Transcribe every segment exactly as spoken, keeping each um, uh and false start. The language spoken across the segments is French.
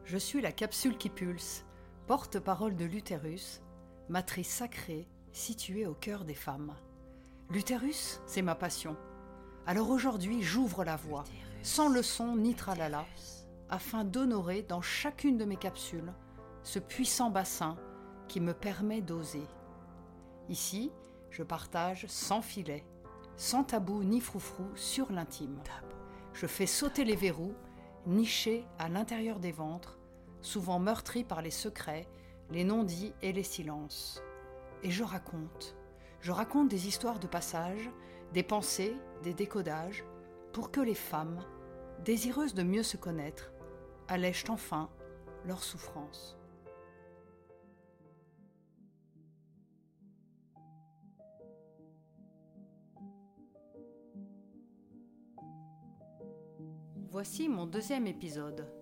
Je suis la capsule qui pulse, porte-parole de l'utérus, matrice sacrée située au cœur des femmes. L'utérus, c'est ma passion. Alors aujourd'hui, j'ouvre la voie, sans leçon ni tralala, afin d'honorer dans chacune de mes capsules ce puissant bassin qui me permet d'oser. Ici, je partage sans filet, sans tabou ni froufrou sur l'intime. Je fais sauter les verrous, nichés à l'intérieur des ventres, souvent meurtris par les secrets, les non-dits et les silences. Et je raconte. Je raconte des histoires de passage, des pensées, des décodages, pour que les femmes, désireuses de mieux se connaître, allègent enfin leur souffrance. Voici mon deuxième épisode.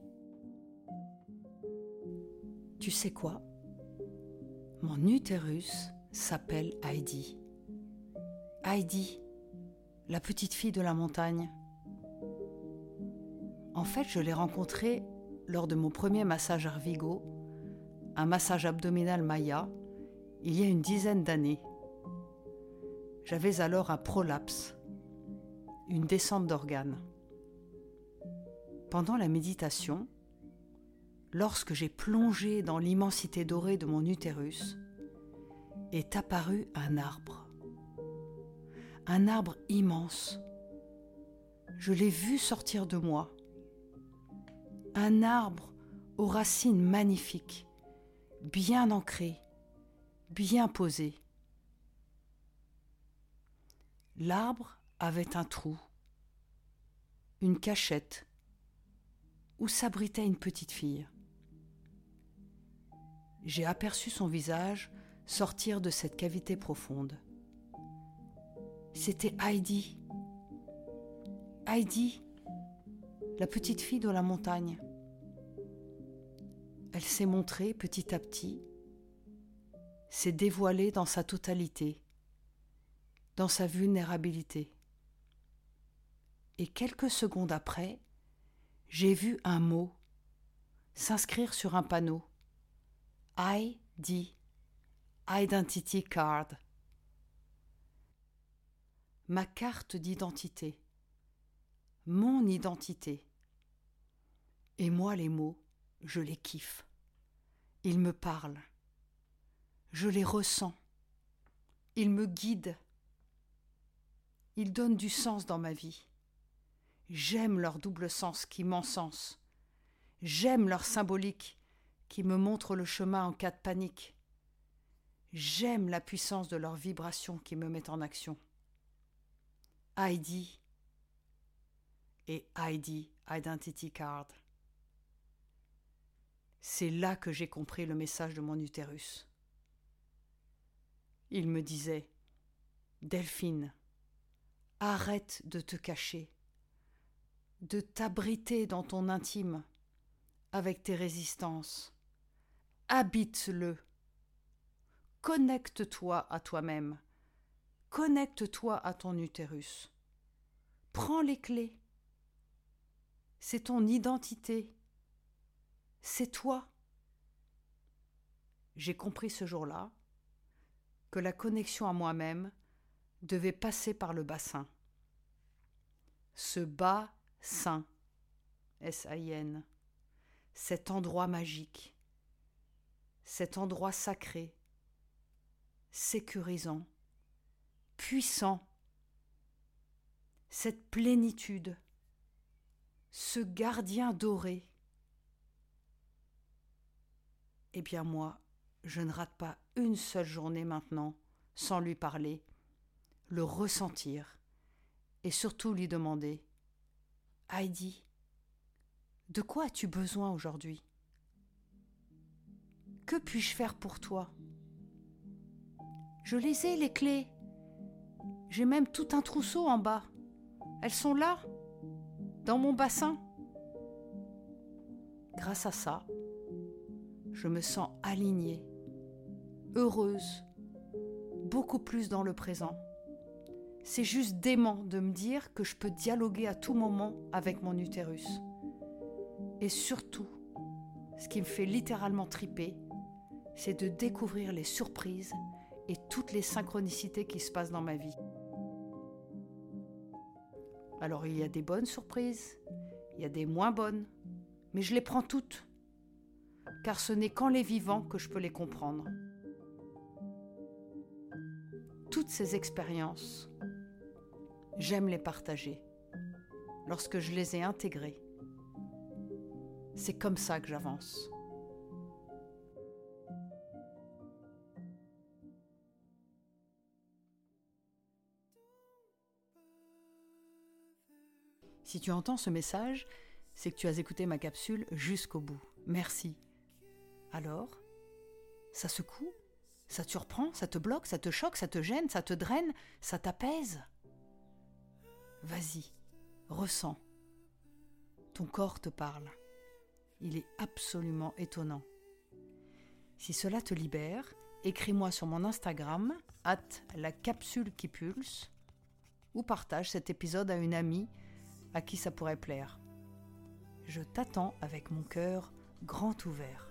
Tu sais quoi ? Mon utérus s'appelle Heidi. Heidi, la petite fille de la montagne. En fait, je l'ai rencontrée lors de mon premier massage Arvigo, un massage abdominal Maya, il y a une dizaine d'années. J'avais alors un prolapse, une descente d'organes. Pendant la méditation, lorsque j'ai plongé dans l'immensité dorée de mon utérus, est apparu un arbre. Un arbre immense. Je l'ai vu sortir de moi. Un arbre aux racines magnifiques, bien ancrées, bien posées. L'arbre avait un trou, une cachette, où s'abritait une petite fille. J'ai aperçu son visage sortir de cette cavité profonde. C'était Heidi. Heidi, la petite fille de la montagne. Elle s'est montrée petit à petit, s'est dévoilée dans sa totalité, dans sa vulnérabilité. Et quelques secondes après, j'ai vu un mot s'inscrire sur un panneau. I D, Identity Card. Ma carte d'identité. Mon identité. Et moi, les mots, je les kiffe. Ils me parlent. Je les ressens. Ils me guident. Ils donnent du sens dans ma vie. J'aime leur double sens qui m'encense. J'aime leur symbolique qui me montre le chemin en cas de panique. J'aime la puissance de leur vibration qui me met en action. Heidi et Heidi Identity Card. C'est là que j'ai compris le message de mon utérus. Il me disait « Delphine, arrête de te cacher. » de t'abriter dans ton intime, avec tes résistances. Habite-le. Connecte-toi à toi-même. Connecte-toi à ton utérus. Prends les clés. C'est ton identité. C'est toi. J'ai compris ce jour-là que la connexion à moi-même devait passer par le bassin. Ce bas Saint, S A I N, cet endroit magique, cet endroit sacré, sécurisant, puissant, cette plénitude, ce gardien doré. Eh bien moi, je ne rate pas une seule journée maintenant sans lui parler, le ressentir et surtout lui demander « Heidi, de quoi as-tu besoin aujourd'hui ? Que puis-je faire pour toi ? Je les ai, les clés. J'ai même tout un trousseau en bas. Elles sont là, dans mon bassin. » Grâce à ça, je me sens alignée, heureuse, beaucoup plus dans le présent. C'est juste dément de me dire que je peux dialoguer à tout moment avec mon utérus. Et surtout, ce qui me fait littéralement triper, c'est de découvrir les surprises et toutes les synchronicités qui se passent dans ma vie. Alors il y a des bonnes surprises, il y a des moins bonnes, mais je les prends toutes, car ce n'est qu'en les vivant que je peux les comprendre. Toutes ces expériences, j'aime les partager lorsque je les ai intégrées. C'est comme ça que j'avance. Si tu entends ce message, c'est que tu as écouté ma capsule jusqu'au bout. Merci. Alors, ça secoue ? Ça te surprend ? Ça te bloque ? Ça te choque ? Ça te gêne ? Ça te draine ? Ça t'apaise ? Vas-y, ressens. Ton corps te parle. Il est absolument étonnant. Si cela te libère, écris-moi sur mon Instagram, arobase la capsule qui pulse, ou partage cet épisode à une amie à qui ça pourrait plaire. Je t'attends avec mon cœur grand ouvert.